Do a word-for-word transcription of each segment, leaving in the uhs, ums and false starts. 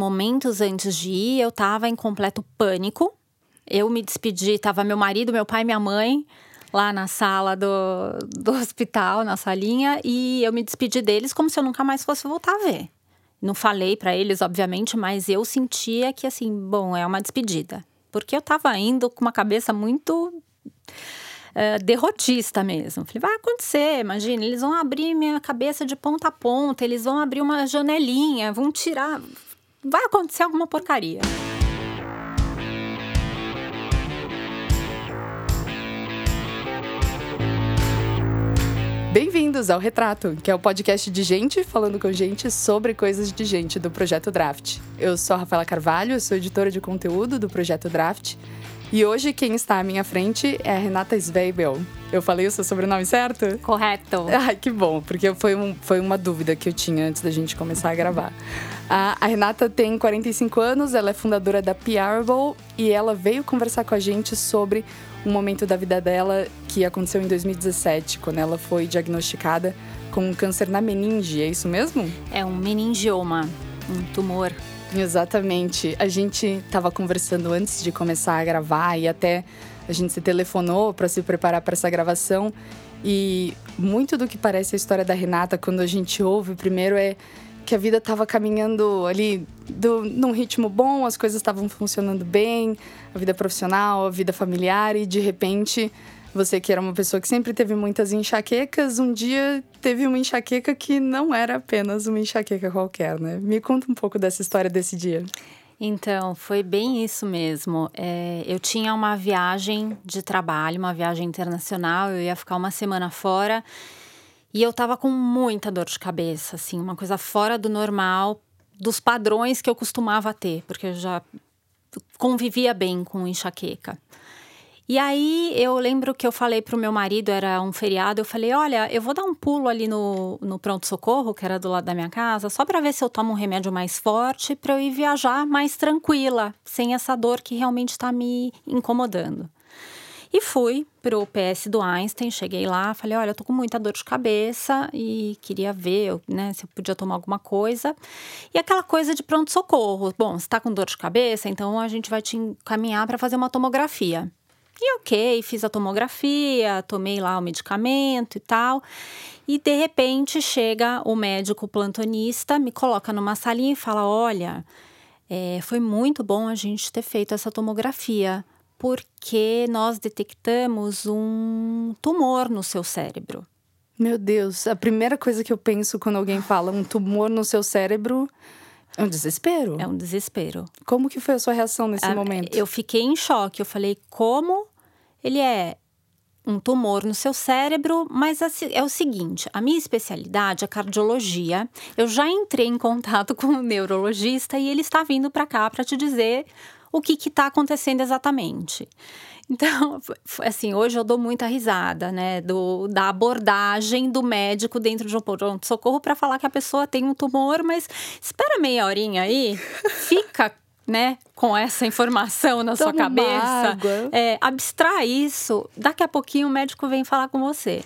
momentos antes de ir, eu tava em completo pânico. Eu me despedi, tava meu marido, meu pai e minha mãe lá na sala do, do hospital, na salinha. E eu me despedi deles como se eu nunca mais fosse voltar a ver. Não falei pra eles, obviamente, mas eu sentia que, assim, bom, é uma despedida. Porque eu tava indo com uma cabeça muito uh, derrotista mesmo. Falei, vai acontecer, imagina, eles vão abrir minha cabeça de ponta a ponta, eles vão abrir uma janelinha, vão tirar... Vai acontecer alguma porcaria. Bem-vindos ao Retrato, que é o podcast de gente falando com gente sobre coisas de gente do Projeto Draft. Eu sou a Rafaela Carvalho, sou editora de conteúdo do Projeto Draft. E hoje quem está à minha frente é a Renata Sveibel. Eu falei o seu sobrenome certo? Correto. Ai, que bom, porque foi, um, foi uma dúvida que eu tinha antes da gente começar a gravar. A, a Renata tem quarenta e cinco anos, ela é fundadora da Peerable e ela veio conversar com a gente sobre um momento da vida dela que aconteceu em dois mil e dezessete, quando ela foi diagnosticada com um câncer na meninge, é isso mesmo? É um meningioma, um tumor. Exatamente. A gente estava conversando antes de começar a gravar e até a gente se telefonou para se preparar para essa gravação. E muito do que parece a história da Renata, quando a gente ouve, primeiro é que a vida estava caminhando ali do, num ritmo bom, as coisas estavam funcionando bem, a vida profissional, a vida familiar, e de repente, você que era uma pessoa que sempre teve muitas enxaquecas, um dia teve uma enxaqueca que não era apenas uma enxaqueca qualquer, né? Me conta um pouco dessa história desse dia. Então, foi bem isso mesmo. É, eu tinha uma viagem de trabalho, uma viagem internacional, eu ia ficar uma semana fora. E eu tava com muita dor de cabeça, assim, uma coisa fora do normal, dos padrões que eu costumava ter, porque eu já convivia bem com enxaqueca. E aí, eu lembro que eu falei pro meu marido, era um feriado, eu falei, olha, eu vou dar um pulo ali no, no pronto-socorro, que era do lado da minha casa, só pra ver se eu tomo um remédio mais forte, pra eu ir viajar mais tranquila, sem essa dor que realmente tá me incomodando. E fui pro P S do Einstein, cheguei lá, falei, olha, eu tô com muita dor de cabeça e queria ver, né, se eu podia tomar alguma coisa. E aquela coisa de pronto-socorro, bom, você tá com dor de cabeça, então a gente vai te encaminhar para fazer uma tomografia. E ok, fiz a tomografia, tomei lá o medicamento e tal. E de repente chega o médico plantonista, me coloca numa salinha e fala, olha, é, foi muito bom a gente ter feito essa tomografia, porque nós detectamos um tumor no seu cérebro. Meu Deus, a primeira coisa que eu penso quando alguém fala um tumor no seu cérebro é um desespero. É um desespero. Como que foi a sua reação nesse a, momento? Eu fiquei em choque, eu falei, como ele é um tumor no seu cérebro, mas é o seguinte, a minha especialidade é cardiologia, eu já entrei em contato com o neurologista e ele está vindo para cá para te dizer o que está acontecendo exatamente. Então, assim, hoje eu dou muita risada, né, do, da abordagem do médico dentro de um pronto-socorro para falar que a pessoa tem um tumor, mas espera meia horinha aí, fica, né, com essa informação na Toma sua cabeça, água. É, abstrai isso, daqui a pouquinho o médico vem falar com você.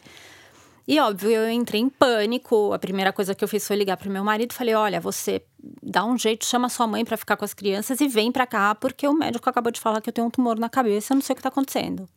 E óbvio, eu entrei em pânico, a primeira coisa que eu fiz foi ligar pro meu marido e falei, olha, você dá um jeito, chama sua mãe para ficar com as crianças e vem pra cá, porque o médico acabou de falar que eu tenho um tumor na cabeça, eu não sei o que tá acontecendo.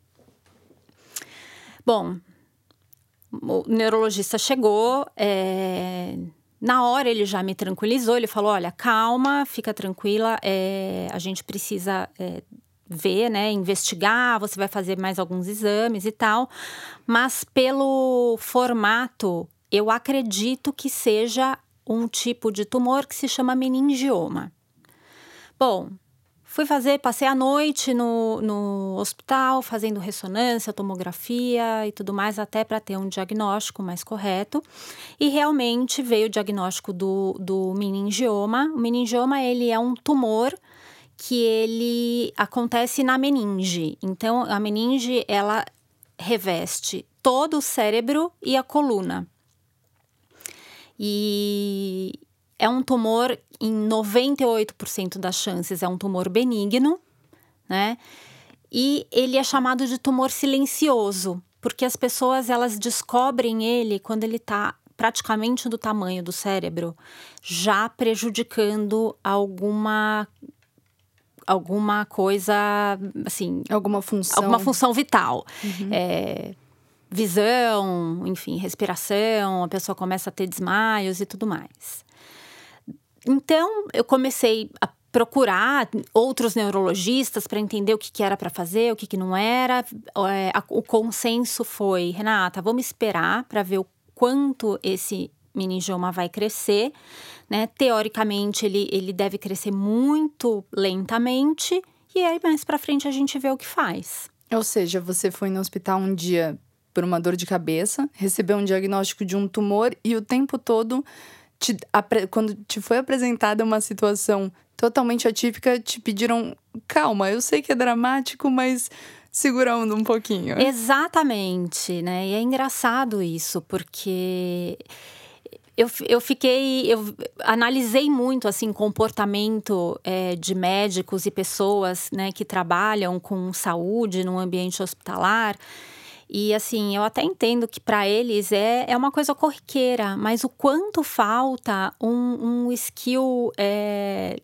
Bom, o neurologista chegou, é... na hora ele já me tranquilizou, ele falou, olha, calma, fica tranquila, é... a gente precisa... É... ver, né, investigar, você vai fazer mais alguns exames e tal, mas pelo formato, eu acredito que seja um tipo de tumor que se chama meningioma. Bom, fui fazer, passei a noite no, no hospital, fazendo ressonância, tomografia e tudo mais, até para ter um diagnóstico mais correto, e realmente veio o diagnóstico do, do meningioma. O meningioma, ele é um tumor que ele acontece na meninge. Então, a meninge, ela reveste todo o cérebro e a coluna. E é um tumor, em noventa e oito por cento das chances, é um tumor benigno, né? E ele é chamado de tumor silencioso, porque as pessoas, elas descobrem ele quando ele tá praticamente do tamanho do cérebro, já prejudicando alguma, alguma coisa, assim… Alguma função. Alguma função vital. Uhum. É, visão, enfim, respiração, a pessoa começa a ter desmaios e tudo mais. Então, eu comecei a procurar outros neurologistas para entender o que, que era para fazer, o que, que não era. É, a, o consenso foi, Renata, vamos esperar para ver o quanto esse meningioma vai crescer, né? Teoricamente, ele, ele deve crescer muito lentamente e aí mais para frente a gente vê o que faz. Ou seja, você foi no hospital um dia por uma dor de cabeça, recebeu um diagnóstico de um tumor e o tempo todo, te, quando te foi apresentada uma situação totalmente atípica, te pediram, calma, eu sei que é dramático, mas segurando um pouquinho. Exatamente, né? E é engraçado isso, porque eu, eu fiquei, eu analisei muito, assim, comportamento é, de médicos e pessoas, né, que trabalham com saúde no ambiente hospitalar. E, assim, eu até entendo que para eles é, é uma coisa corriqueira, mas o quanto falta um, um skill é,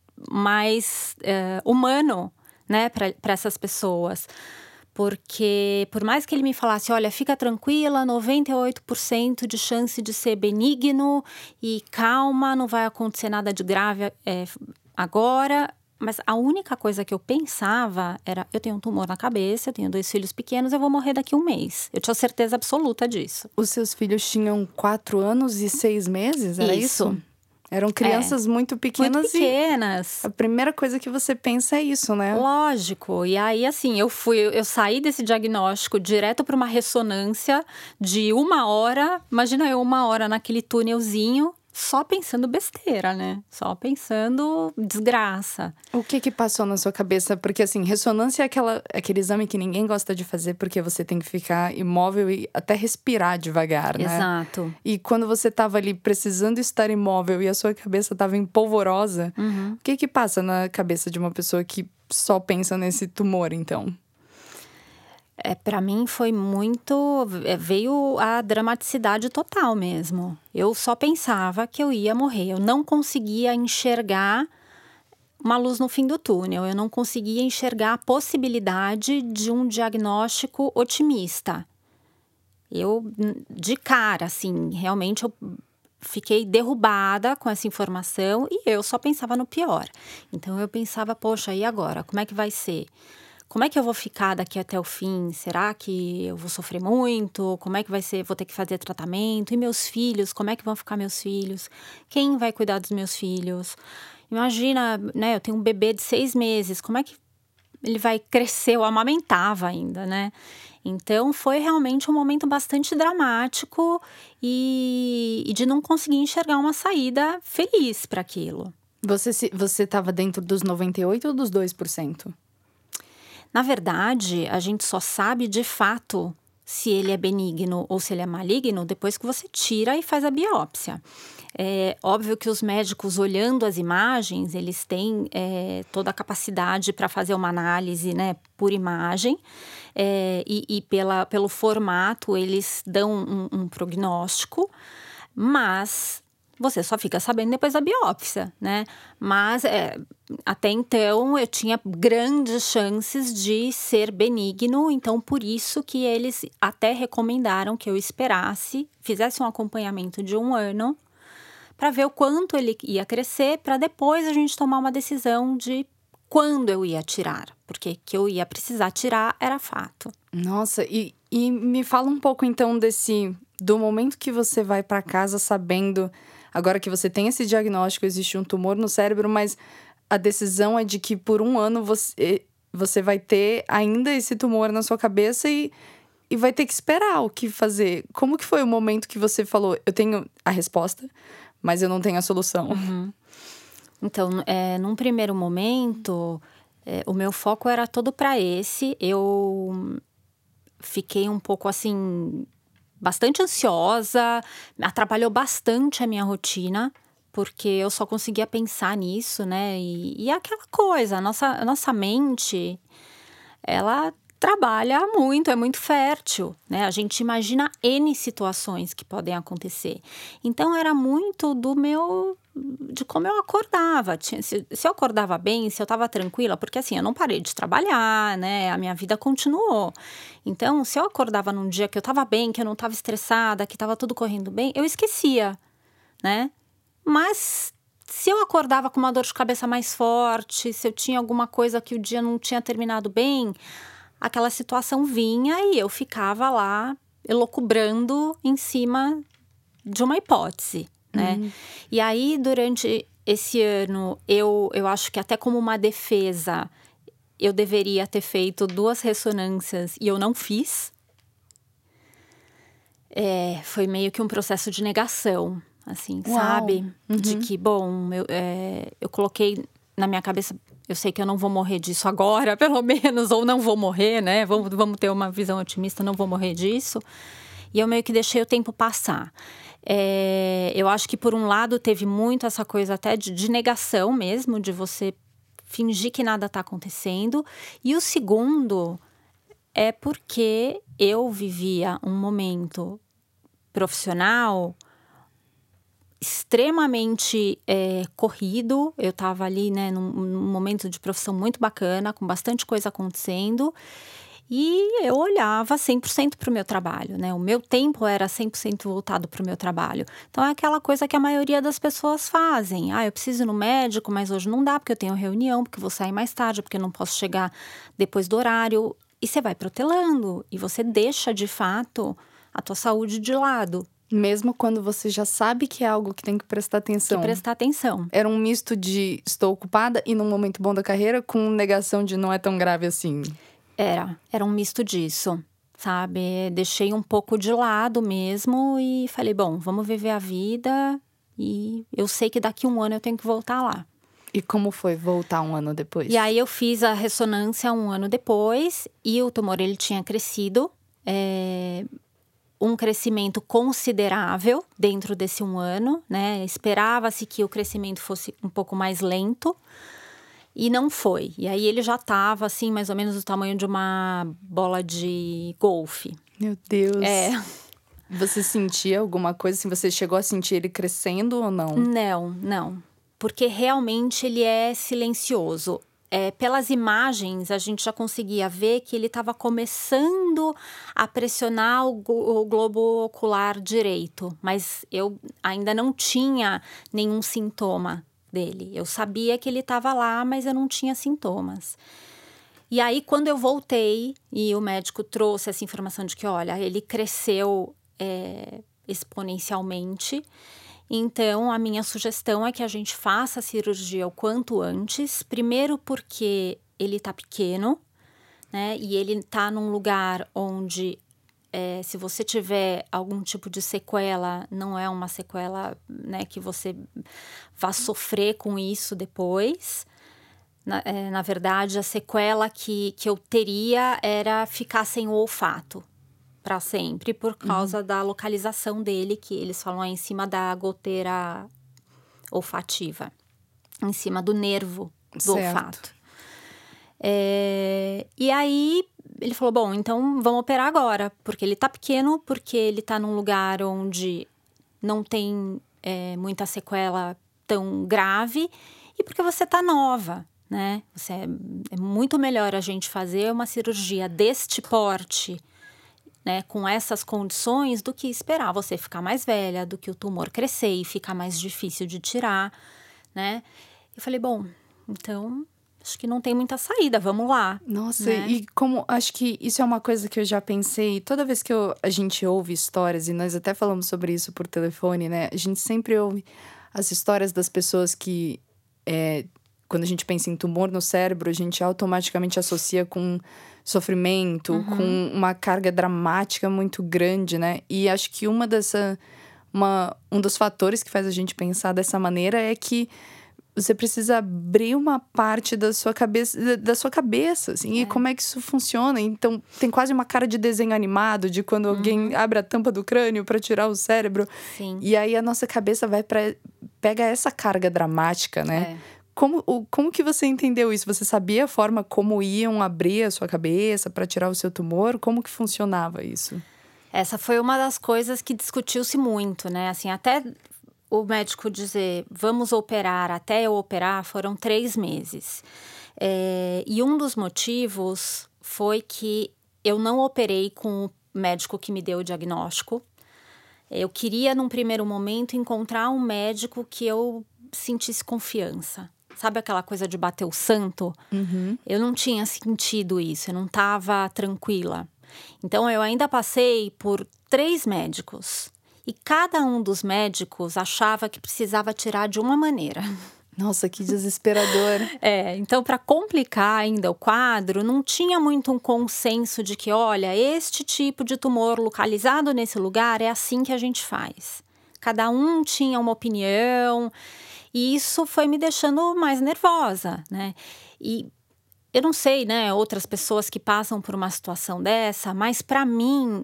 mais é, humano, né, para essas pessoas. Porque, por mais que ele me falasse, olha, fica tranquila, noventa e oito por cento de chance de ser benigno e calma, não vai acontecer nada de grave é, agora. Mas a única coisa que eu pensava era, eu tenho um tumor na cabeça, eu tenho dois filhos pequenos, eu vou morrer daqui a um mês. Eu tinha certeza absoluta disso. Os seus filhos tinham quatro anos e seis meses, era isso? Isso. Eram crianças é, muito pequenas. Muito pequenas. E a primeira coisa que você pensa é isso, né? Lógico. E aí, assim, eu fui, eu saí desse diagnóstico direto para uma ressonância de uma hora. Imagina eu uma hora naquele túnelzinho, só pensando besteira, né? Só pensando desgraça. O que que passou na sua cabeça? Porque, assim, ressonância é aquela, aquele exame que ninguém gosta de fazer porque você tem que ficar imóvel e até respirar devagar, né? Exato. E quando você tava ali precisando estar imóvel e a sua cabeça tava empolvorosa, uhum. O que que passa na cabeça de uma pessoa que só pensa nesse tumor, então? É, para mim foi muito… Veio a dramaticidade total mesmo. Eu só pensava que eu ia morrer. Eu não conseguia enxergar uma luz no fim do túnel. Eu não conseguia enxergar a possibilidade de um diagnóstico otimista. Eu, de cara, assim, realmente eu fiquei derrubada com essa informação e eu só pensava no pior. Então eu pensava, poxa, e agora? Como é que vai ser? Como é que eu vou ficar daqui até o fim? Será que eu vou sofrer muito? Como é que vai ser? Vou ter que fazer tratamento? E meus filhos? Como é que vão ficar meus filhos? Quem vai cuidar dos meus filhos? Imagina, né? Eu tenho um bebê de seis meses. Como é que ele vai crescer? Eu amamentava ainda, né? Então, foi realmente um momento bastante dramático e, e de não conseguir enxergar uma saída feliz para aquilo. Você se, você estava dentro dos noventa e oito ou dos dois por cento? Na verdade, a gente só sabe de fato se ele é benigno ou se ele é maligno depois que você tira e faz a biópsia. É óbvio que os médicos, olhando as imagens, eles têm é, toda a capacidade para fazer uma análise, né, por imagem. É, e e pela, pelo formato, eles dão um, um prognóstico, mas você só fica sabendo depois da biópsia, né? Mas é, até então eu tinha grandes chances de ser benigno, então por isso que eles até recomendaram que eu esperasse, fizesse um acompanhamento de um ano para ver o quanto ele ia crescer, para depois a gente tomar uma decisão de quando eu ia tirar, porque que eu ia precisar tirar era fato. Nossa, e, e me fala um pouco então desse do momento que você vai para casa sabendo… Agora que você tem esse diagnóstico, existe um tumor no cérebro, mas a decisão é de que por um ano você, você vai ter ainda esse tumor na sua cabeça e, e vai ter que esperar o que fazer. Como que foi o momento que você falou, eu tenho a resposta, mas eu não tenho a solução? Uhum. Então, é, num primeiro momento, é, o meu foco era todo para esse. Eu fiquei um pouco assim… bastante ansiosa, atrapalhou bastante a minha rotina, porque eu só conseguia pensar nisso, né? E, e aquela coisa, a nossa, a nossa mente, ela trabalha muito, é muito fértil, né? A gente imagina N situações que podem acontecer. Então, era muito do meu... de como eu acordava. Se, se eu acordava bem, se eu estava tranquila, porque assim, eu não parei de trabalhar, né? A minha vida continuou. Então, se eu acordava num dia que eu estava bem, que eu não estava estressada, que estava tudo correndo bem, eu esquecia, né? Mas se eu acordava com uma dor de cabeça mais forte, se eu tinha alguma coisa que o dia não tinha terminado bem, aquela situação vinha e eu ficava lá elucubrando em cima de uma hipótese, né? Uhum. E aí, durante esse ano, eu, eu acho que até como uma defesa, eu deveria ter feito duas ressonâncias e eu não fiz. É, foi meio que um processo de negação, assim, Uau. sabe? Uhum. De que, bom, eu, é, eu coloquei na minha cabeça... Eu sei que eu não vou morrer disso agora, pelo menos, ou não vou morrer, né? Vamos, vamos ter uma visão otimista, não vou morrer disso. E eu meio que deixei o tempo passar. É, eu acho que, por um lado, teve muito essa coisa até de, de negação mesmo, de você fingir que nada está acontecendo. E o segundo é porque eu vivia um momento profissional extremamente é, corrido. Eu estava ali, né, num, num momento de profissão muito bacana, com bastante coisa acontecendo. E eu olhava cem por cento para o meu trabalho, né? O meu tempo era cem por cento voltado para o meu trabalho. Então, é aquela coisa que a maioria das pessoas fazem. Ah, eu preciso ir no médico, mas hoje não dá, porque eu tenho reunião, porque eu vou sair mais tarde, porque eu não posso chegar depois do horário. E você vai protelando. E você deixa, de fato, a tua saúde de lado. Mesmo quando você já sabe que é algo que tem que prestar atenção. Que prestar atenção. Era um misto de estou ocupada e num momento bom da carreira com negação de não é tão grave assim. Era, era um misto disso, sabe? Deixei um pouco de lado mesmo e falei, bom, vamos viver a vida e eu sei que daqui a um ano eu tenho que voltar lá. E como foi voltar um ano depois? E aí eu fiz a ressonância um ano depois e o tumor ele tinha crescido, é, um crescimento considerável dentro desse um ano, né? Esperava-se que o crescimento fosse um pouco mais lento. E não foi. E aí ele já estava, assim, mais ou menos do tamanho de uma bola de golfe. Meu Deus. É. Você sentia alguma coisa? Assim, você chegou a sentir ele crescendo ou não? Não, não. Porque realmente ele é silencioso. É, pelas imagens, a gente já conseguia ver que ele estava começando a pressionar o, o globo ocular direito. Mas eu ainda não tinha nenhum sintoma dele. Eu sabia que ele estava lá, mas eu não tinha sintomas. E aí, quando eu voltei e o médico trouxe essa informação de que, olha, ele cresceu é, exponencialmente, então a minha sugestão é que a gente faça a cirurgia o quanto antes. Primeiro porque ele está pequeno, né? E ele está num lugar onde... É, se você tiver algum tipo de sequela, não é uma sequela, né, que você vá sofrer com isso depois. Na, é, na verdade, a sequela que, que eu teria era ficar sem o olfato para sempre, por causa uhum. da localização dele, que eles falam é em cima da goteira olfativa, em cima do nervo do certo. olfato. É, e aí... Ele falou, bom, então vamos operar agora, porque ele tá pequeno, porque ele tá num lugar onde não tem é, muita sequela tão grave e porque você tá nova, né? Você é, é muito melhor a gente fazer uma cirurgia deste porte, né, com essas condições, do que esperar você ficar mais velha, do que o tumor crescer e ficar mais difícil de tirar, né? Eu falei, bom, então... acho que não tem muita saída, vamos lá. Nossa, né? E como... acho que isso é uma coisa que eu já pensei... Toda vez que eu, a gente ouve histórias, e nós até falamos sobre isso por telefone, né? A gente sempre ouve as histórias das pessoas que... É, quando a gente pensa em tumor no cérebro, a gente automaticamente associa com sofrimento, uhum. com uma carga dramática muito grande, né? E acho que uma dessa... Uma, um dos fatores que faz a gente pensar dessa maneira é que você precisa abrir uma parte da sua cabeça, da sua cabeça, assim, é. E como é que isso funciona. Então, tem quase uma cara de desenho animado, de quando uhum. alguém abre a tampa do crânio para tirar o cérebro. Sim. E aí a nossa cabeça vai para pega essa carga dramática, né? É. Como, o, como que você entendeu isso? Você sabia a forma como iam abrir a sua cabeça para tirar o seu tumor? Como que funcionava isso? Essa foi uma das coisas que discutiu-se muito, né? Assim, até o médico dizer, vamos operar, até eu operar, foram três meses. É, e um dos motivos foi que eu não operei com o médico que me deu o diagnóstico. Eu queria, num primeiro momento, encontrar um médico que eu sentisse confiança. Sabe aquela coisa de bater o santo? Uhum. Eu não tinha sentido isso, eu não estava tranquila. Então, eu ainda passei por três médicos. E cada um dos médicos achava que precisava tirar de uma maneira. Nossa, que desesperador. É, então, para complicar ainda o quadro, não tinha muito um consenso de que, olha, este tipo de tumor localizado nesse lugar é assim que a gente faz. Cada um tinha uma opinião e isso foi me deixando mais nervosa, né? E eu não sei, né, outras pessoas que passam por uma situação dessa, mas para mim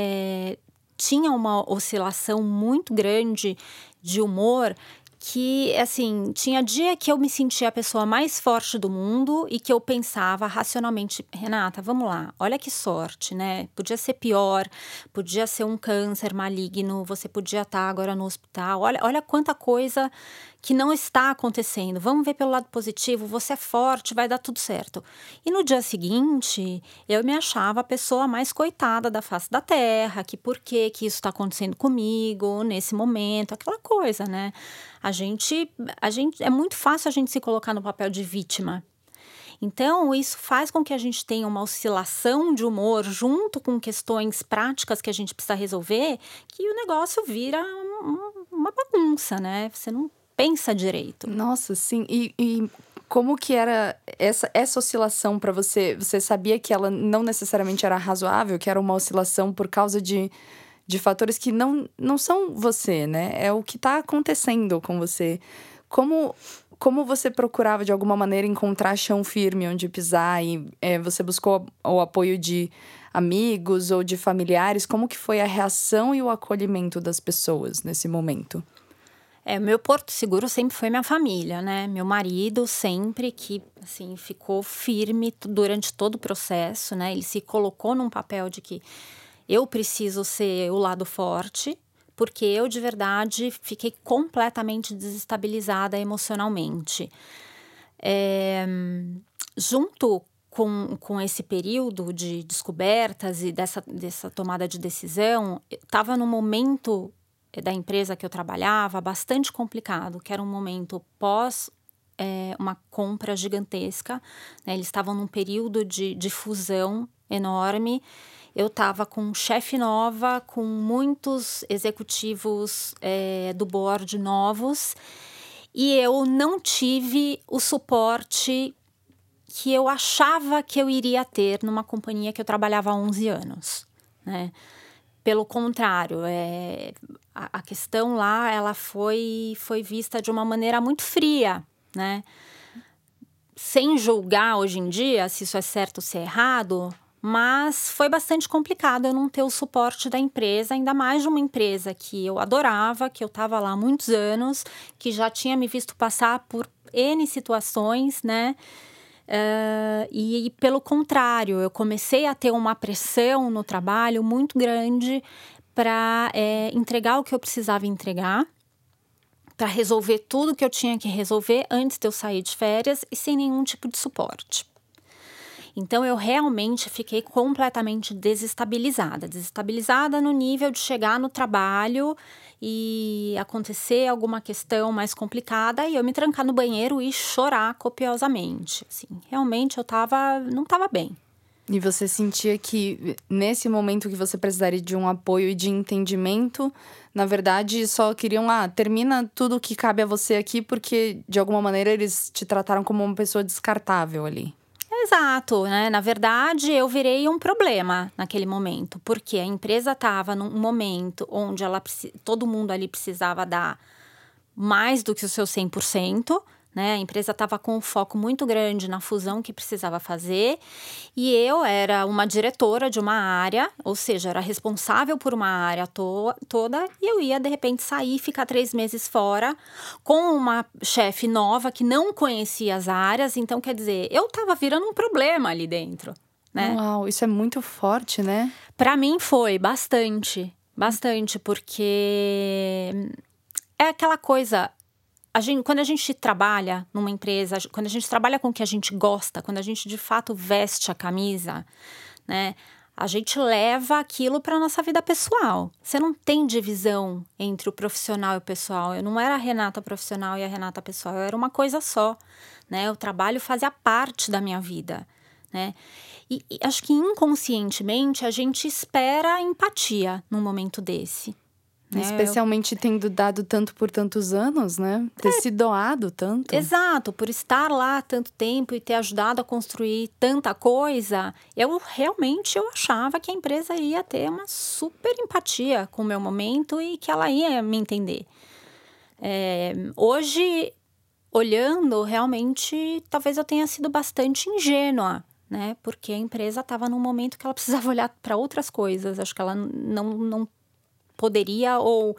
é, tinha uma oscilação muito grande de humor que, assim, tinha dia que eu me sentia a pessoa mais forte do mundo e que eu pensava racionalmente, Renata, vamos lá, olha que sorte, né? Podia ser pior, podia ser um câncer maligno, você podia estar agora no hospital, olha, olha quanta coisa que não está acontecendo. Vamos ver pelo lado positivo, você é forte, vai dar tudo certo. E no dia seguinte, eu me achava a pessoa mais coitada da face da terra, que por que que isso está acontecendo comigo, nesse momento, aquela coisa, né? A gente, a gente, é muito fácil a gente se colocar no papel de vítima. Então, isso faz com que a gente tenha uma oscilação de humor junto com questões práticas que a gente precisa resolver, que o negócio vira um, uma bagunça, né? Você não pensa direito. Nossa, sim. E, e como que era essa, essa oscilação para você? Você sabia que ela não necessariamente era razoável, que era uma oscilação por causa de, de fatores que não, não são você, né? É o que está acontecendo com você. Como, como você procurava, de alguma maneira, encontrar chão firme onde pisar? E é, você buscou o apoio de amigos ou de familiares? Como que foi a reação e o acolhimento das pessoas nesse momento? É, meu porto seguro sempre foi minha família, né? Meu marido sempre que, assim, ficou firme durante todo o processo, né? Ele se colocou num papel de que eu preciso ser o lado forte, porque eu, de verdade, fiquei completamente desestabilizada emocionalmente. É, junto com, com esse período de descobertas e dessa, dessa tomada de decisão, eu estava num momento da empresa que eu trabalhava bastante complicado, que era um momento pós é, uma compra gigantesca, né? Eles estavam num período de, de fusão enorme. Eu estava com chefe nova, com muitos executivos é, do board novos, e eu não tive o suporte que eu achava que eu iria ter numa companhia que eu trabalhava há onze anos, né? Pelo contrário, é, a, a questão lá ela foi, foi vista de uma maneira muito fria, né? Sem julgar hoje em dia se isso é certo ou se é errado, mas foi bastante complicado eu não ter o suporte da empresa, ainda mais de uma empresa que eu adorava, que eu estava lá há muitos anos, que já tinha me visto passar por N situações, né? Uh, e, e pelo contrário, eu comecei a ter uma pressão no trabalho muito grande para é, entregar o que eu precisava entregar, para resolver tudo que eu tinha que resolver antes de eu sair de férias e sem nenhum tipo de suporte. Então, eu realmente fiquei completamente desestabilizada. Desestabilizada no nível de chegar no trabalho e acontecer alguma questão mais complicada e eu me trancar no banheiro e chorar copiosamente. Assim, realmente, eu tava, não estava bem. E você sentia que, nesse momento que você precisaria de um apoio e de entendimento, na verdade, só queriam, ah, termina tudo que cabe a você aqui, porque, de alguma maneira, eles te trataram como uma pessoa descartável ali. Exato, né? Na verdade, eu virei um problema naquele momento, porque a empresa estava num momento onde ela, todo mundo ali precisava dar mais do que o seu cem por cento, né? A empresa estava com um foco muito grande na fusão que precisava fazer e eu era uma diretora de uma área, ou seja, era responsável por uma área to- toda e eu ia, de repente, sair, ficar três meses fora com uma chefe nova que não conhecia as áreas. Então, quer dizer, eu estava virando um problema ali dentro, né? Uau, isso é muito forte, né? Para mim foi bastante, bastante, porque é aquela coisa... A gente, quando a gente trabalha numa empresa, quando a gente trabalha com o que a gente gosta, quando a gente de fato veste a camisa, né, a gente leva aquilo para a nossa vida pessoal. Você não tem divisão entre o profissional e o pessoal. Eu não era a Renata profissional e a Renata pessoal, eu era uma coisa só, né? O trabalho fazia parte da minha vida, né? E, e acho que inconscientemente a gente espera empatia num momento desse. Especialmente tendo dado tanto por tantos anos, né? Ter é, se doado tanto. Exato, por estar lá tanto tempo e ter ajudado a construir tanta coisa, eu realmente eu achava que a empresa ia ter uma super empatia com o meu momento e que ela ia me entender. É, hoje, olhando, realmente, talvez eu tenha sido bastante ingênua, né? Porque a empresa estava num momento que ela precisava olhar para outras coisas. Acho que ela não... não poderia ou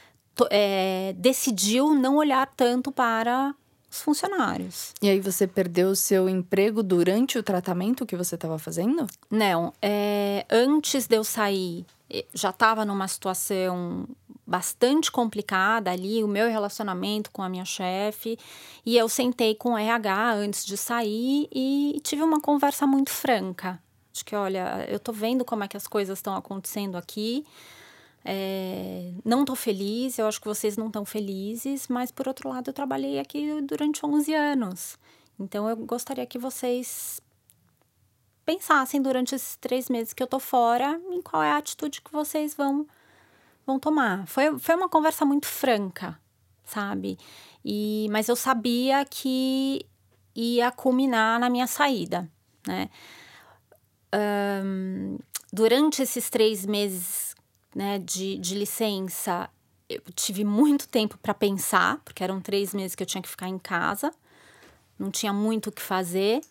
é, decidiu não olhar tanto para os funcionários. E aí você perdeu o seu emprego durante o tratamento que você estava fazendo? Não, é, antes de eu sair, já estava numa situação bastante complicada ali, o meu relacionamento com a minha chefe, e eu sentei com o R H antes de sair e tive uma conversa muito franca. De que, olha, eu tô vendo como é que as coisas estão acontecendo aqui, É, não tô feliz, eu acho que vocês não estão felizes, mas por outro lado eu trabalhei aqui durante onze anos. Então eu gostaria que vocês pensassem durante esses três meses que eu tô fora em qual é a atitude que vocês vão, vão tomar. Foi, foi uma conversa muito franca, sabe? E, mas eu sabia que ia culminar na minha saída, né? Um, durante esses três meses Né, de, de licença, eu tive muito tempo para pensar, porque eram três meses que eu tinha que ficar em casa, não tinha muito o que fazer.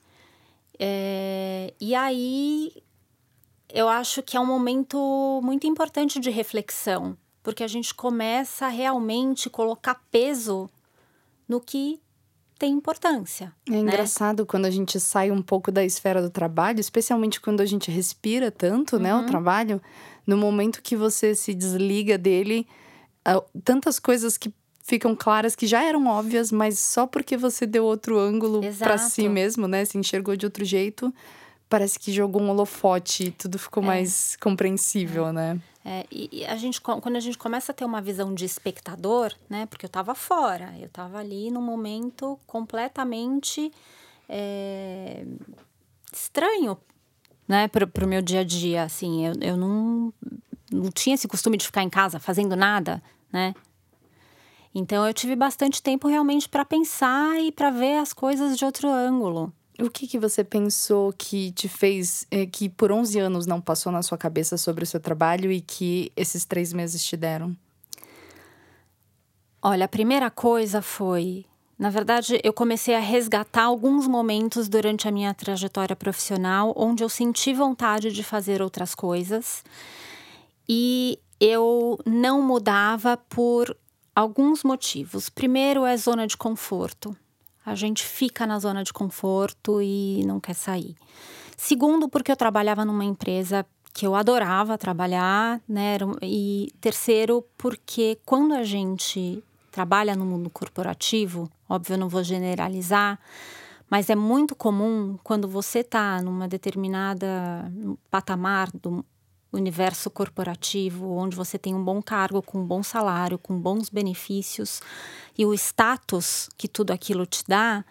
É, e aí, eu acho que é um momento muito importante de reflexão, porque a gente começa a realmente colocar peso no que tem importância. É engraçado, né? Quando a gente sai um pouco da esfera do trabalho, especialmente quando a gente respira tanto, uhum. né, o trabalho, no momento que você se desliga dele, tantas coisas que ficam claras que já eram óbvias, mas só porque você deu outro ângulo para si mesmo, né, se enxergou de outro jeito, parece que jogou um holofote e tudo ficou é. mais compreensível, é. né? É, e, e a gente, quando a gente começa a ter uma visão de espectador, né? Porque eu estava fora, eu estava ali num momento completamente é, estranho, né? Para o meu dia a dia, assim, eu, eu não, não tinha esse costume de ficar em casa fazendo nada, né? Então eu tive bastante tempo realmente para pensar e para ver as coisas de outro ângulo. O que, que você pensou que te fez, é, que por onze anos não passou na sua cabeça sobre o seu trabalho e que esses três meses te deram? Olha, a primeira coisa foi... Na verdade, eu comecei a resgatar alguns momentos durante a minha trajetória profissional onde eu senti vontade de fazer outras coisas. E eu não mudava por alguns motivos. Primeiro é zona de conforto. A gente fica na zona de conforto e não quer sair. Segundo, porque eu trabalhava numa empresa que eu adorava trabalhar, né? E terceiro, porque quando a gente trabalha no mundo corporativo, óbvio, eu não vou generalizar, mas é muito comum quando você está numa determinada patamar do universo corporativo, onde você tem um bom cargo, com um bom salário, com bons benefícios, e o status que tudo aquilo te dá,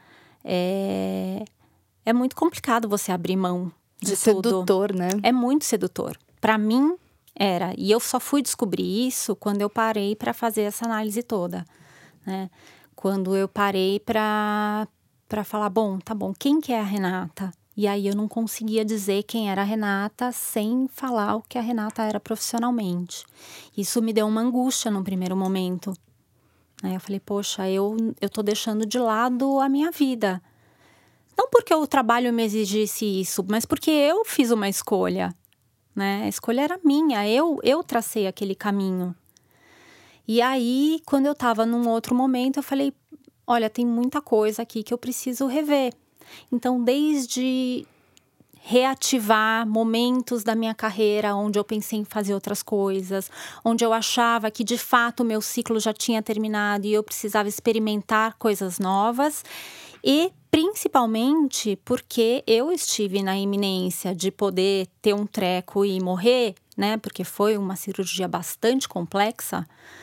é, é muito complicado você abrir mão de, de tudo. Sedutor, né? É muito sedutor. Para mim, era. E eu só fui descobrir isso quando eu parei para fazer essa análise toda, né? Quando eu parei para para falar, bom, tá bom, quem que é a Renata? E aí eu não conseguia dizer quem era a Renata sem falar o que a Renata era profissionalmente. Isso me deu uma angústia no primeiro momento. Aí eu falei, poxa, eu, eu tô deixando de lado a minha vida. Não porque o trabalho me exigisse isso, mas porque eu fiz uma escolha, né? A escolha era minha, eu, eu tracei aquele caminho. E aí, quando eu tava num outro momento, eu falei, olha, tem muita coisa aqui que eu preciso rever. Então, desde reativar momentos da minha carreira onde eu pensei em fazer outras coisas, onde eu achava que de fato o meu ciclo já tinha terminado e eu precisava experimentar coisas novas, e principalmente porque eu estive na iminência de poder ter um treco e morrer, né? Porque foi uma cirurgia bastante complexa.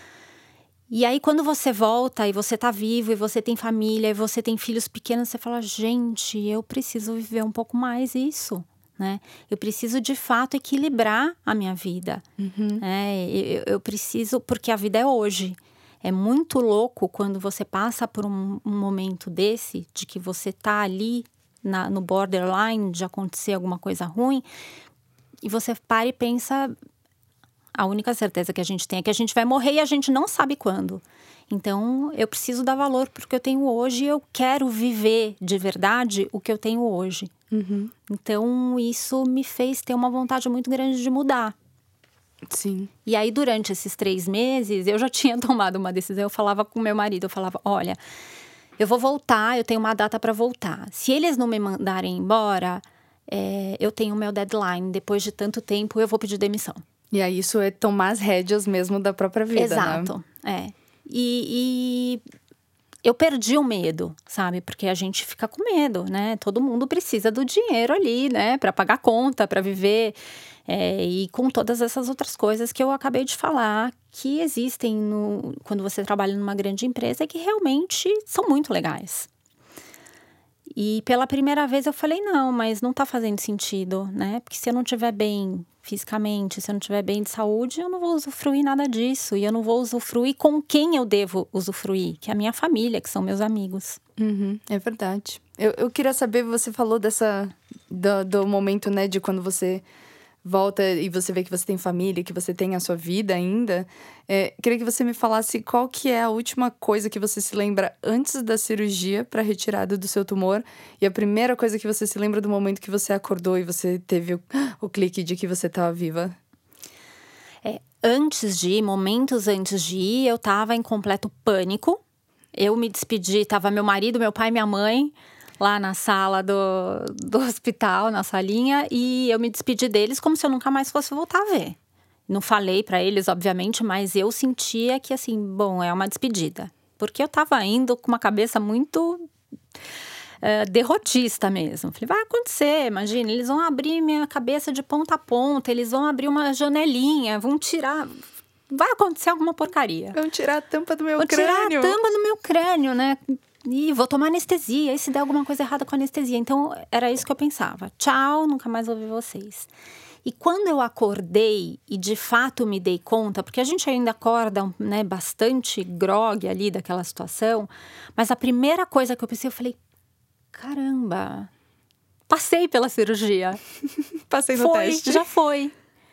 E aí, quando você volta e você tá vivo, e você tem família, e você tem filhos pequenos, você fala, gente, eu preciso viver um pouco mais isso, né? Eu preciso, de fato, equilibrar a minha vida. Uhum. É, eu, eu preciso, porque a vida é hoje. É muito louco quando você passa por um, um momento desse, de que você tá ali na, no borderline de acontecer alguma coisa ruim, e você para e pensa... A única certeza que a gente tem é que a gente vai morrer e a gente não sabe quando. Então, eu preciso dar valor para o que eu tenho hoje e eu quero viver de verdade o que eu tenho hoje. Uhum. Então, isso me fez ter uma vontade muito grande de mudar. Sim. E aí, durante esses três meses, eu já tinha tomado uma decisão. Eu falava com meu marido, eu falava, olha, eu vou voltar, eu tenho uma data para voltar. Se eles não me mandarem embora, é, eu tenho o meu deadline. Depois de tanto tempo, eu vou pedir demissão. E aí isso é tomar as rédeas mesmo da própria vida, Exato, né? é. E, e eu perdi o medo, sabe? Porque a gente fica com medo, né? Todo mundo precisa do dinheiro ali, né? Para pagar conta, para viver. É, e com todas essas outras coisas que eu acabei de falar, que existem no, quando você trabalha numa grande empresa e que realmente são muito legais. E pela primeira vez eu falei, não, mas não tá fazendo sentido, né? Porque se eu não estiver bem fisicamente, se eu não estiver bem de saúde, eu não vou usufruir nada disso. E eu não vou usufruir com quem eu devo usufruir, que é a minha família, que são meus amigos. Uhum, é verdade. Eu, eu queria saber, você falou dessa, do, do momento, né, de quando você volta e você vê que você tem família, que você tem a sua vida ainda. É, queria que você me falasse qual que é a última coisa que você se lembra antes da cirurgia para retirada do seu tumor e a primeira coisa que você se lembra do momento que você acordou e você teve o, o clique de que você estava viva. É, antes de ir, momentos antes de ir, eu estava em completo pânico. Eu me despedi, estava meu marido, meu pai e minha mãe lá na sala do, do hospital, na salinha, e eu me despedi deles como se eu nunca mais fosse voltar a ver. Não falei pra eles, obviamente, mas eu sentia que, assim, bom, é uma despedida. Porque eu tava indo com uma cabeça muito uh, derrotista mesmo. Falei, vai acontecer, imagina, eles vão abrir minha cabeça de ponta a ponta, eles vão abrir uma janelinha, vão tirar... Vai acontecer alguma porcaria. Vão tirar a tampa do meu vão crânio. Vão tirar a tampa do meu crânio, né? E vou tomar anestesia, e se der alguma coisa errada com a anestesia. Então, era isso que eu pensava. Tchau, nunca mais vou ver vocês. E quando eu acordei e, de fato, me dei conta... Porque a gente ainda acorda, né, bastante grogue ali daquela situação. Mas a primeira coisa que eu pensei, eu falei... Caramba, passei pela cirurgia. Passei no foi, teste. Já foi.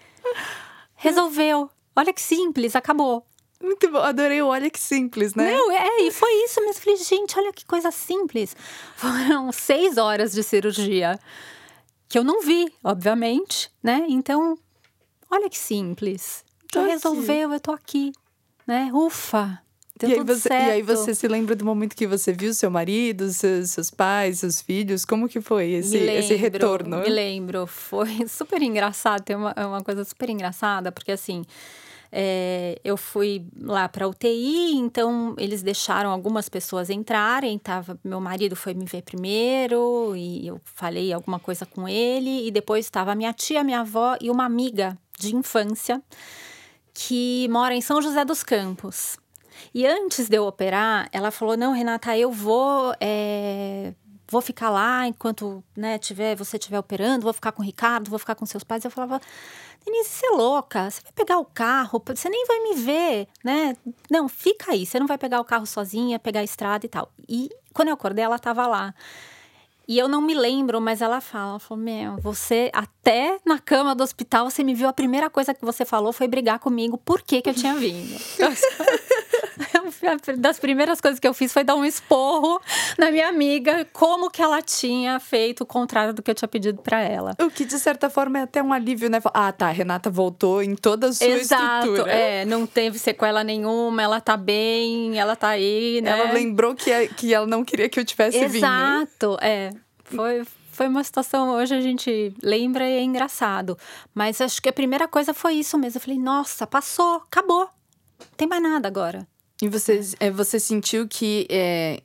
Resolveu. Olha que simples, acabou. Muito bom, adorei o olha que simples, né? Não, é, e foi isso mesmo. Falei, gente, olha que coisa simples. Foram seis horas de cirurgia, que eu não vi, obviamente, né? Então, olha que simples. Então, resolveu, eu tô aqui, né? Ufa, deu e, aí tudo você, certo. e aí você se lembra do momento que você viu seu marido, seus, seus pais, seus filhos? Como que foi esse, lembro, esse retorno? Me lembro, foi super engraçado. Tem uma, uma coisa super engraçada, porque assim... É, eu fui lá para U T I, então eles deixaram algumas pessoas entrarem. Tava, meu marido foi me ver primeiro e eu falei alguma coisa com ele. E depois estava minha tia, minha avó e uma amiga de infância que mora em São José dos Campos. E antes de eu operar, ela falou, não, Renata, eu vou... É... Vou ficar lá enquanto, né, tiver, você estiver operando, vou ficar com o Ricardo, vou ficar com seus pais. Eu falava, Denise, você é louca, você vai pegar o carro, você nem vai me ver, né? Não, fica aí, você não vai pegar o carro sozinha, pegar a estrada e tal. E quando eu acordei, ela estava lá. E eu não me lembro, mas ela fala, ela falou, meu, você até na cama do hospital, você me viu, a primeira coisa que você falou foi brigar comigo, por que que eu tinha vindo. Eu das primeiras coisas que eu fiz foi dar um esporro na minha amiga, como que ela tinha feito o contrário do que eu tinha pedido pra ela. O que, de certa forma, é até um alívio, né? Ah, tá, a Renata voltou em toda a sua Exato, estrutura. É, não teve sequela nenhuma, ela tá bem, ela tá aí, né? Ela lembrou que, que ela não queria que eu tivesse Exato, vindo. Exato, é. Foi... Foi uma situação, hoje a gente lembra e é engraçado. Mas acho que a primeira coisa foi isso mesmo. Eu falei, nossa, passou, acabou. Não tem mais nada agora. E você, é, você sentiu que é,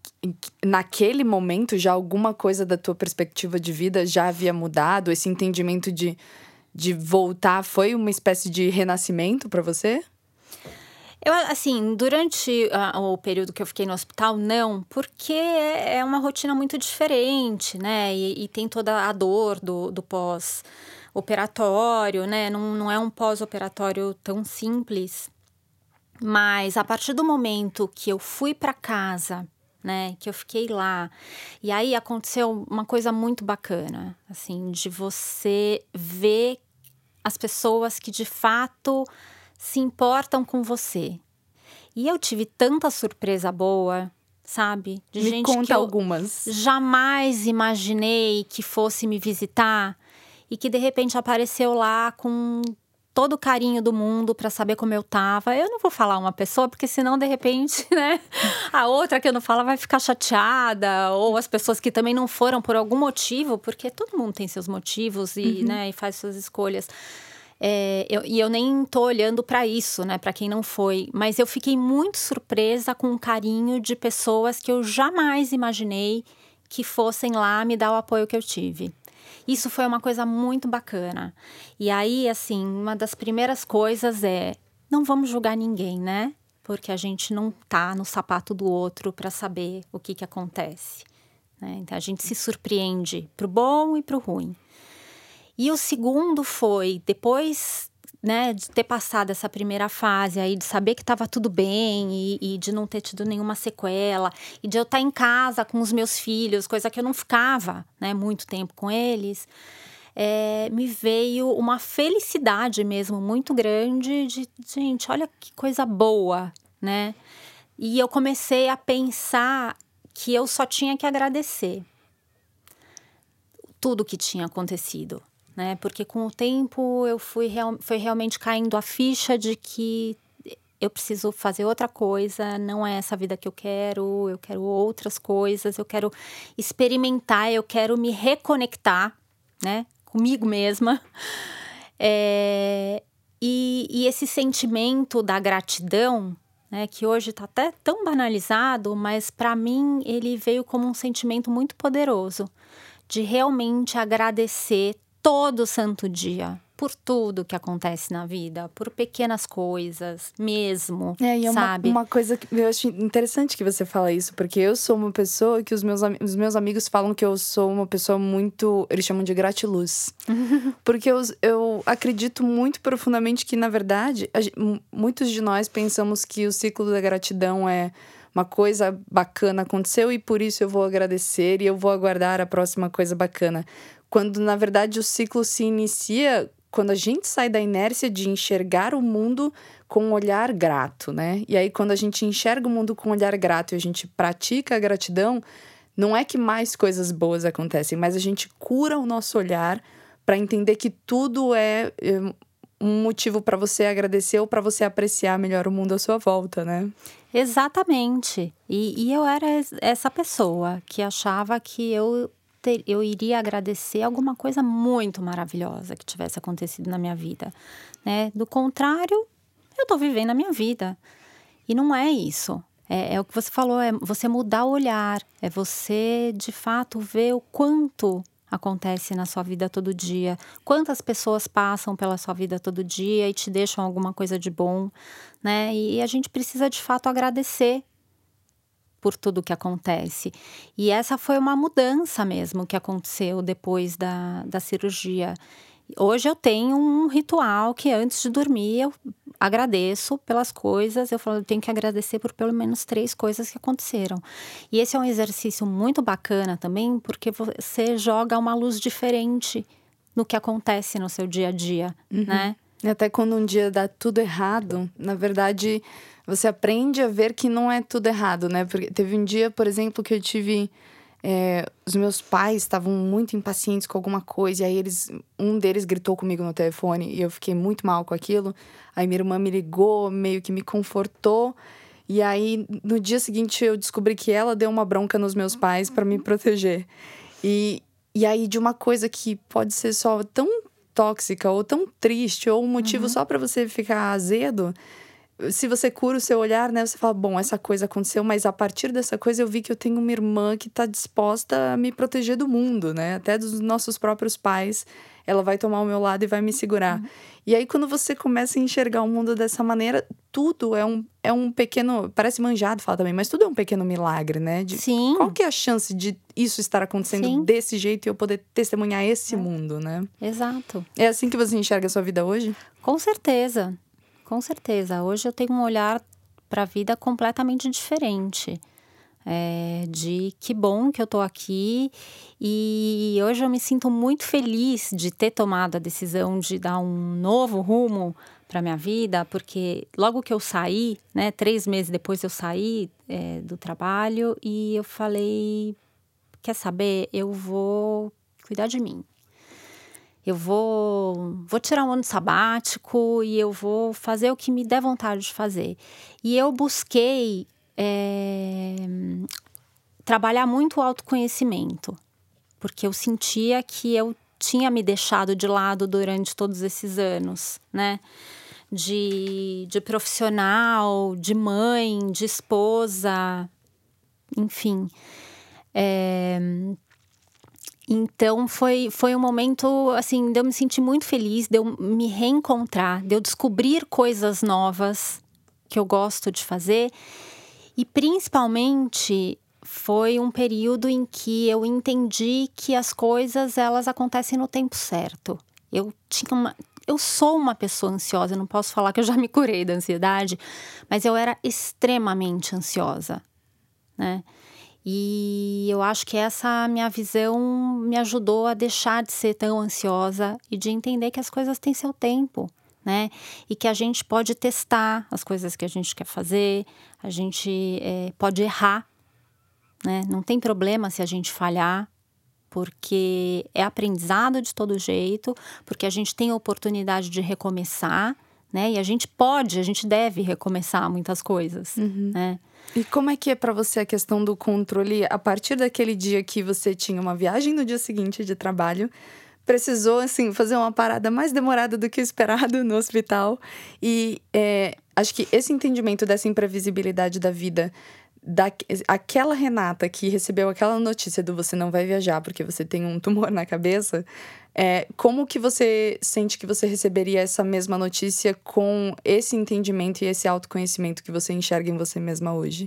naquele momento já alguma coisa da tua perspectiva de vida já havia mudado? Esse entendimento de, de voltar foi uma espécie de renascimento para você? Eu, assim, durante a, o período que eu fiquei no hospital, não, porque é uma rotina muito diferente, né? E, e tem toda a dor do, do pós-operatório, né? Não, não é um pós-operatório tão simples. Mas a partir do momento que eu fui para casa, né? Que eu fiquei lá, e aí aconteceu uma coisa muito bacana, assim, de você ver as pessoas que de fato se importam com você. E eu tive tanta surpresa boa, sabe? De me gente conta que eu algumas. jamais imaginei que fosse me visitar e que de repente apareceu lá com todo o carinho do mundo para saber como eu tava. Eu não vou falar uma pessoa, porque senão de repente, né, a outra que eu não falo vai ficar chateada, ou as pessoas que também não foram por algum motivo, porque todo mundo tem seus motivos e, uhum. né, e faz suas escolhas. É, eu, e eu nem tô olhando para isso, né, para quem não foi, mas eu fiquei muito surpresa com o carinho de pessoas que eu jamais imaginei que fossem lá me dar o apoio que eu tive. Isso foi uma coisa muito bacana. E aí, assim, uma das primeiras coisas é, não vamos julgar ninguém, né? Porque a gente não tá no sapato do outro para saber o que que acontece, né? Então, a gente se surpreende pro bom e pro ruim. E o segundo foi, depois, né, de ter passado essa primeira fase aí, de saber que estava tudo bem e, e de não ter tido nenhuma sequela, e de eu estar em casa com os meus filhos, coisa que eu não ficava, né, muito tempo com eles, é, me veio uma felicidade mesmo muito grande de, gente, olha que coisa boa, né? E eu comecei a pensar que eu só tinha que agradecer tudo que tinha acontecido. Né? Porque com o tempo eu fui real, foi realmente caindo a ficha de que eu preciso fazer outra coisa, não é essa vida que eu quero, eu quero outras coisas, eu quero experimentar, eu quero me reconectar, né, comigo mesma. É, e, e esse sentimento da gratidão, né, que hoje está até tão banalizado, mas para mim ele veio como um sentimento muito poderoso, de realmente agradecer todo santo dia, por tudo que acontece na vida, por pequenas coisas mesmo, é, e é sabe? Uma, uma coisa que eu acho interessante que você fala isso, porque eu sou uma pessoa que os meus, os meus amigos falam que eu sou uma pessoa muito, eles chamam de gratiluz. Porque eu, eu acredito muito profundamente que, na verdade, a, muitos de nós pensamos que o ciclo da gratidão é uma coisa bacana aconteceu e por isso eu vou agradecer e eu vou aguardar a próxima coisa bacana. Quando, na verdade, o ciclo se inicia quando a gente sai da inércia de enxergar o mundo com um olhar grato, né? E aí, quando a gente enxerga o mundo com um olhar grato e a gente pratica a gratidão, não é que mais coisas boas acontecem, mas a gente cura o nosso olhar para entender que tudo é um motivo para você agradecer ou para você apreciar melhor o mundo à sua volta, né? Exatamente. E, e eu era essa pessoa que achava que eu... Ter, eu iria agradecer alguma coisa muito maravilhosa que tivesse acontecido na minha vida, né? Do contrário, eu tô vivendo a minha vida. E não é isso. É, é o que você falou, é você mudar o olhar. É você, de fato, ver o quanto acontece na sua vida todo dia. Quantas pessoas passam pela sua vida todo dia e te deixam alguma coisa de bom, né? E a gente precisa, de fato, agradecer por tudo que acontece. E essa foi uma mudança mesmo que aconteceu depois da, da cirurgia. Hoje eu tenho um ritual que antes de dormir eu agradeço pelas coisas. Eu falo, eu tenho que agradecer por pelo menos três coisas que aconteceram. E esse é um exercício muito bacana também, porque você joga uma luz diferente no que acontece no seu dia a dia, uhum. né? E até quando um dia dá tudo errado, na verdade, você aprende a ver que não é tudo errado, né? Porque teve um dia, por exemplo, que eu tive... É, os meus pais estavam muito impacientes com alguma coisa. E aí eles, um deles gritou comigo no telefone e eu fiquei muito mal com aquilo. Aí minha irmã me ligou, meio que me confortou. E aí, no dia seguinte, eu descobri que ela deu uma bronca nos meus pais para me proteger. E, e aí, de uma coisa que pode ser só tão tóxica ou tão triste, ou um motivo uhum. só para você ficar azedo... Se você cura o seu olhar, né? Você fala, bom, essa coisa aconteceu, mas a partir dessa coisa eu vi que eu tenho uma irmã que tá disposta a me proteger do mundo, né? Até dos nossos próprios pais. Ela vai tomar o meu lado e vai me segurar. Uhum. E aí, quando você começa a enxergar o mundo dessa maneira, tudo é um, é um pequeno... Parece manjado falar também, mas tudo é um pequeno milagre, né? De, Sim. Qual que é a chance de isso estar acontecendo Sim. desse jeito e eu poder testemunhar esse é. mundo, né? Exato. É assim que você enxerga a sua vida hoje? Com certeza. Com certeza. Hoje eu tenho um olhar para a vida completamente diferente. É, de que bom que eu tô aqui. E hoje eu me sinto muito feliz de ter tomado a decisão de dar um novo rumo para minha vida. Porque logo que eu saí, né, três meses depois eu saí é, do trabalho. E eu falei, quer saber? Eu vou cuidar de mim. Eu vou, vou tirar um ano sabático e eu vou fazer o que me der vontade de fazer. E eu busquei é, trabalhar muito o autoconhecimento, porque eu sentia que eu tinha me deixado de lado durante todos esses anos, né? De, de profissional, de mãe, de esposa, enfim. É... Então, foi, foi um momento, assim, de eu me sentir muito feliz, de eu me reencontrar, de eu descobrir coisas novas que eu gosto de fazer. E, principalmente, foi um período em que eu entendi que as coisas, elas acontecem no tempo certo. Eu tinha uma... Eu sou uma pessoa ansiosa, eu não posso falar que eu já me curei da ansiedade, mas eu era extremamente ansiosa, né? E eu acho que essa minha visão me ajudou a deixar de ser tão ansiosa e de entender que as coisas têm seu tempo, né? E que a gente pode testar as coisas que a gente quer fazer, a gente é, pode errar, né? Não tem problema se a gente falhar, porque é aprendizado de todo jeito, porque a gente tem a oportunidade de recomeçar, né? E a gente pode, a gente deve recomeçar muitas coisas, uhum. né? E como é que é pra você a questão do controle a partir daquele dia que você tinha uma viagem no dia seguinte de trabalho, precisou, assim, fazer uma parada mais demorada do que esperado no hospital e é, acho que esse entendimento dessa imprevisibilidade da vida, da, aquela Renata que recebeu aquela notícia do você não vai viajar porque você tem um tumor na cabeça, é, como que você sente que você receberia essa mesma notícia com esse entendimento e esse autoconhecimento que você enxerga em você mesma hoje?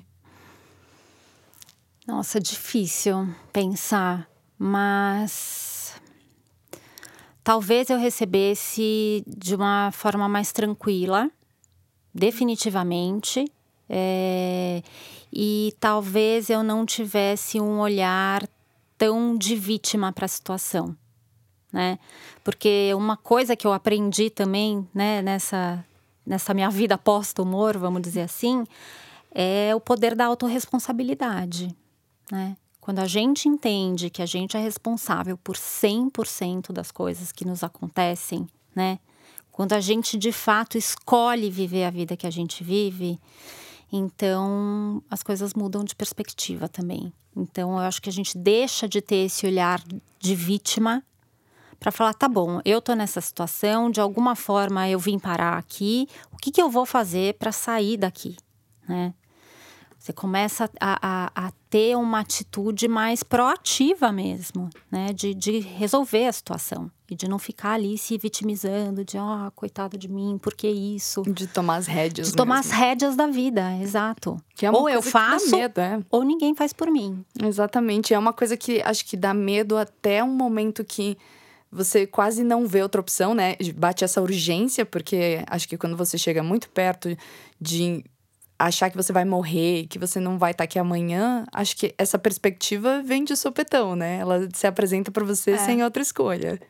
Nossa, difícil pensar, mas talvez eu recebesse de uma forma mais tranquila, definitivamente. É, e talvez eu não tivesse um olhar tão de vítima para a situação, né? Porque uma coisa que eu aprendi também, né, nessa, nessa minha vida pós-tumor, vamos dizer assim, é o poder da autorresponsabilidade, né? Quando a gente entende que a gente é responsável por cem por cento das coisas que nos acontecem, né? Quando a gente de fato escolhe viver a vida que a gente vive, então as coisas mudam de perspectiva também. Então eu acho que a gente deixa de ter esse olhar de vítima para falar, tá bom, eu tô nessa situação, de alguma forma eu vim parar aqui, o que que eu vou fazer para sair daqui, né? Você começa a, a, a ter uma atitude mais proativa mesmo, né? De, de resolver a situação. E de não ficar ali se vitimizando, de, ah, coitada de mim, por que isso? De tomar as rédeas De tomar mesmo. as rédeas da vida, exato. Que é uma ou coisa eu faço, que dá medo, é. ou ninguém faz por mim. Exatamente. É uma coisa que acho que dá medo até um momento que você quase não vê outra opção, né? Bate essa urgência, porque acho que quando você chega muito perto de achar que você vai morrer, que você não vai estar aqui amanhã, acho que essa perspectiva vem de sopetão, né? Ela se apresenta para você é. sem outra escolha.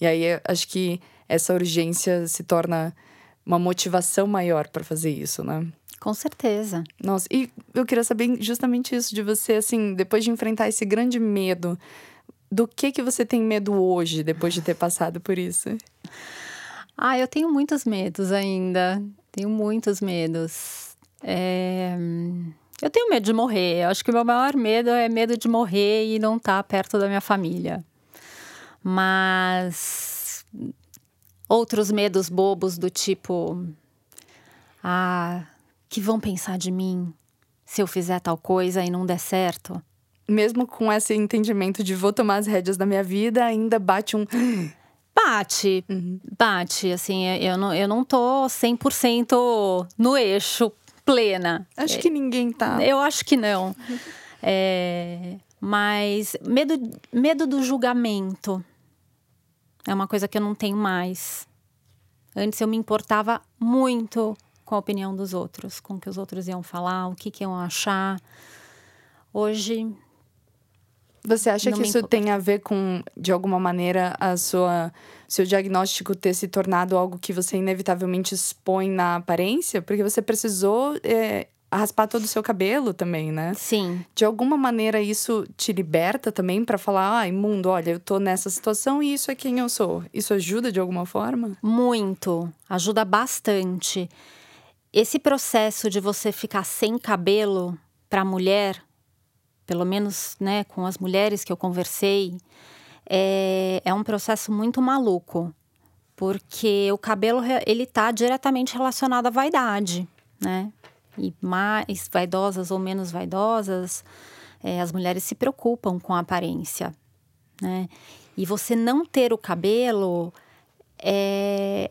E aí, acho que essa urgência se torna uma motivação maior para fazer isso, né? Com certeza. Nossa, e eu queria saber justamente isso de você, assim, depois de enfrentar esse grande medo, do que que você tem medo hoje, depois de ter passado por isso? Ah, eu tenho muitos medos ainda. Tenho muitos medos. É... Eu tenho medo de morrer. Eu acho que o meu maior medo é medo de morrer e não estar perto da minha família. Mas outros medos bobos do tipo... Ah, que vão pensar de mim se eu fizer tal coisa e não der certo? Mesmo com esse entendimento de vou tomar as rédeas da minha vida, ainda bate um... Bate, uhum. bate. Assim, eu não, eu não tô cem por cento no eixo, plena. Acho que ninguém tá. Eu acho que não. Uhum. É, mas medo, medo do julgamento é uma coisa que eu não tenho mais. Antes eu me importava muito com a opinião dos outros, com o que os outros iam falar, o que, que iam achar. Hoje... Você acha que isso imp... tem a ver com, de alguma maneira, a sua, seu diagnóstico ter se tornado algo que você inevitavelmente expõe na aparência? Porque você precisou é, raspar todo o seu cabelo também, né? Sim. De alguma maneira isso te liberta também para falar, ai, mundo, olha, eu tô nessa situação e isso é quem eu sou. Isso ajuda de alguma forma? Muito. Ajuda bastante. Esse processo de você ficar sem cabelo para mulher... pelo menos, né, com as mulheres que eu conversei, é, é um processo muito maluco. Porque o cabelo, ele tá diretamente relacionado à vaidade, né? E mais vaidosas ou menos vaidosas, é, as mulheres se preocupam com a aparência, né? E você não ter o cabelo é,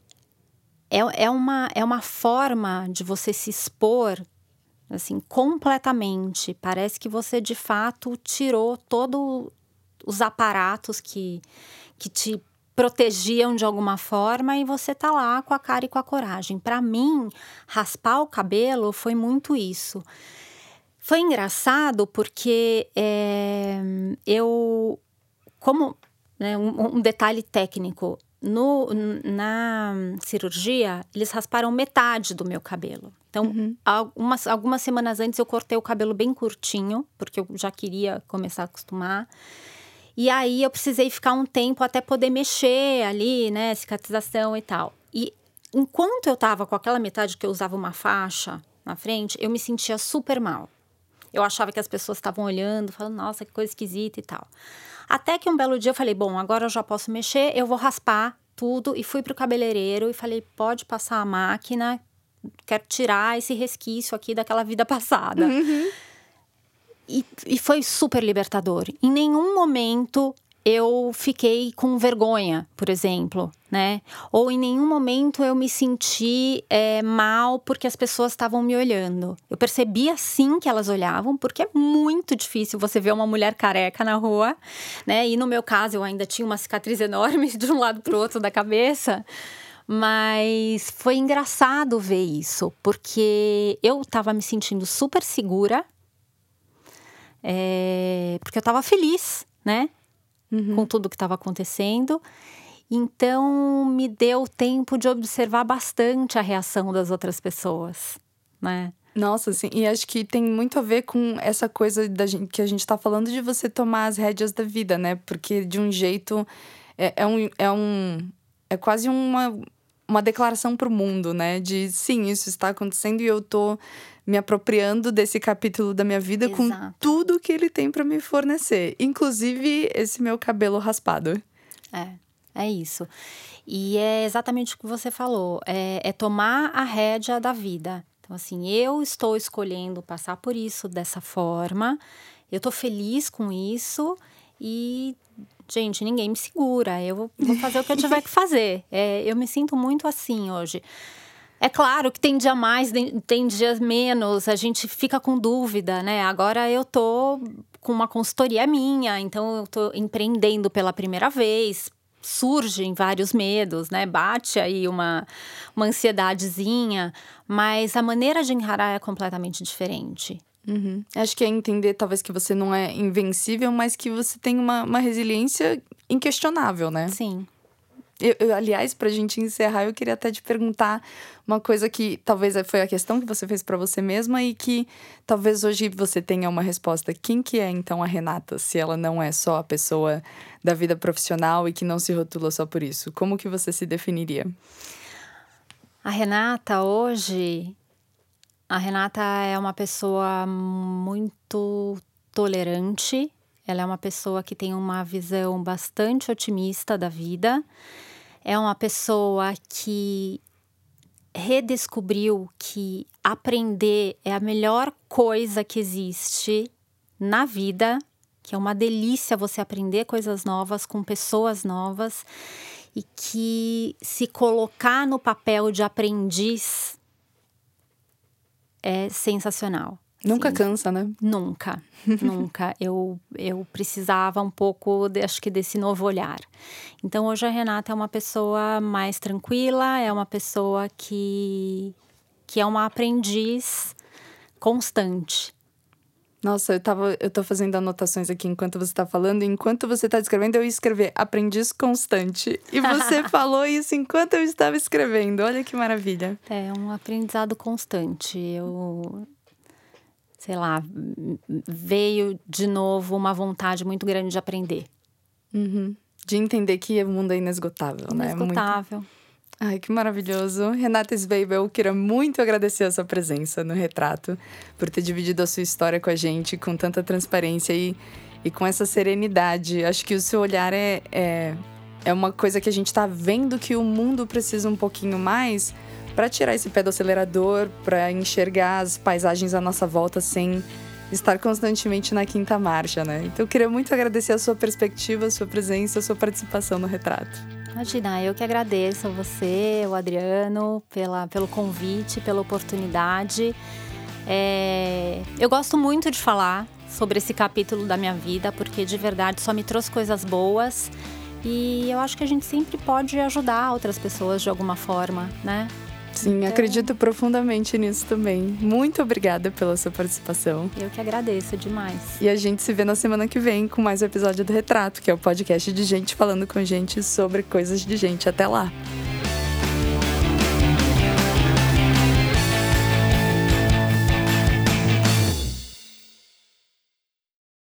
é, é, uma, é uma forma de você se expor assim, completamente. Parece que você, de fato, tirou todos os aparatos que, que te protegiam de alguma forma e você tá lá com a cara e com a coragem. Para mim, raspar o cabelo foi muito isso. Foi engraçado porque é, eu... Como, né, um, um detalhe técnico... No, na cirurgia, eles rasparam metade do meu cabelo. Então, uhum. algumas, algumas semanas antes eu cortei o cabelo bem curtinho, porque eu já queria começar a acostumar. E aí eu precisei ficar um tempo até poder mexer ali, né, cicatrização e tal. E enquanto eu tava com aquela metade que eu usava uma faixa na frente, eu me sentia super mal. Eu achava que as pessoas estavam olhando, falando, nossa, que coisa esquisita e tal. Até que um belo dia eu falei, bom, agora eu já posso mexer, eu vou raspar tudo. E fui pro cabeleireiro e falei, pode passar a máquina, quero tirar esse resquício aqui daquela vida passada. Uhum. E, e foi super libertador. Em nenhum momento eu fiquei com vergonha, por exemplo, né? Ou em nenhum momento eu me senti é, mal porque as pessoas estavam me olhando. Eu percebia sim que elas olhavam, porque é muito difícil você ver uma mulher careca na rua, né? E no meu caso eu ainda tinha uma cicatriz enorme de um lado para o outro da cabeça. Mas foi engraçado ver isso, porque eu estava me sentindo super segura, é, porque eu estava feliz, né? Uhum. Com tudo que estava acontecendo. Então, me deu tempo de observar bastante a reação das outras pessoas, né? Nossa, sim. E acho que tem muito a ver com essa coisa da gente, que a gente tá falando de você tomar as rédeas da vida, né? Porque, de um jeito, é, é, um, é, um, é quase uma, uma declaração pro mundo, né? De, sim, isso está acontecendo e eu tô me apropriando desse capítulo da minha vida. Exato. Com tudo que ele tem para me fornecer. Inclusive, esse meu cabelo raspado. É, é isso. E é exatamente o que você falou. É, é tomar a rédea da vida. Então, assim, eu estou escolhendo passar por isso dessa forma. Eu tô feliz com isso. E, gente, ninguém me segura. Eu vou fazer o que eu tiver que fazer. É, eu me sinto muito assim hoje. É claro que tem dia mais, tem dias menos, a gente fica com dúvida, né? Agora eu tô com uma consultoria minha, então eu tô empreendendo pela primeira vez. Surgem vários medos, né? Bate aí uma, uma ansiedadezinha, mas a maneira de encarar é completamente diferente. Uhum. Acho que é entender, talvez, que você não é invencível, mas que você tem uma, uma resiliência inquestionável, né? Sim. Eu, eu, aliás, pra gente encerrar, eu queria até te perguntar uma coisa que talvez foi a questão que você fez pra você mesma e que talvez hoje você tenha uma resposta. Quem que é, então, a Renata, se ela não é só a pessoa da vida profissional e que não se rotula só por isso? Como que você se definiria? A Renata, hoje... A Renata é uma pessoa muito tolerante. Ela é uma pessoa que tem uma visão bastante otimista da vida. É uma pessoa que redescobriu que aprender é a melhor coisa que existe na vida, que é uma delícia você aprender coisas novas com pessoas novas e que se colocar no papel de aprendiz é sensacional. Nunca Sim. cansa, né? Nunca, nunca. Eu, eu precisava um pouco, de, acho que desse novo olhar. Então, hoje a Renata é uma pessoa mais tranquila, é uma pessoa que, que é uma aprendiz constante. Nossa, eu, tava, eu tô fazendo anotações aqui enquanto você tá falando. Enquanto você tá descrevendo, eu ia escrever aprendiz constante. E você falou isso enquanto eu estava escrevendo. Olha que maravilha. É um aprendizado constante. Eu, sei lá, veio de novo uma vontade muito grande de aprender. Uhum. De entender que o mundo é inesgotável, né? Inesgotável. Muito... Ai, que maravilhoso. Renata Sveibel, eu queria muito agradecer a sua presença no Retrato, por ter dividido a sua história com a gente, com tanta transparência e, e com essa serenidade. Acho que o seu olhar é, é, é uma coisa que a gente tá vendo que o mundo precisa um pouquinho mais para tirar esse pé do acelerador, para enxergar as paisagens à nossa volta sem estar constantemente na quinta marcha, né? Então eu queria muito agradecer a sua perspectiva, a sua presença, a sua participação no Retrato. Imagina, eu que agradeço a você, o Adriano, pela, pelo convite, pela oportunidade. É, eu gosto muito de falar sobre esse capítulo da minha vida, porque de verdade só me trouxe coisas boas. E eu acho que a gente sempre pode ajudar outras pessoas de alguma forma, né? Sim, então... acredito profundamente nisso também. Muito obrigada pela sua participação. Eu que agradeço demais. E a gente se vê na semana que vem com mais um episódio do Retrato, que é o podcast de gente falando com gente sobre coisas de gente. Até lá!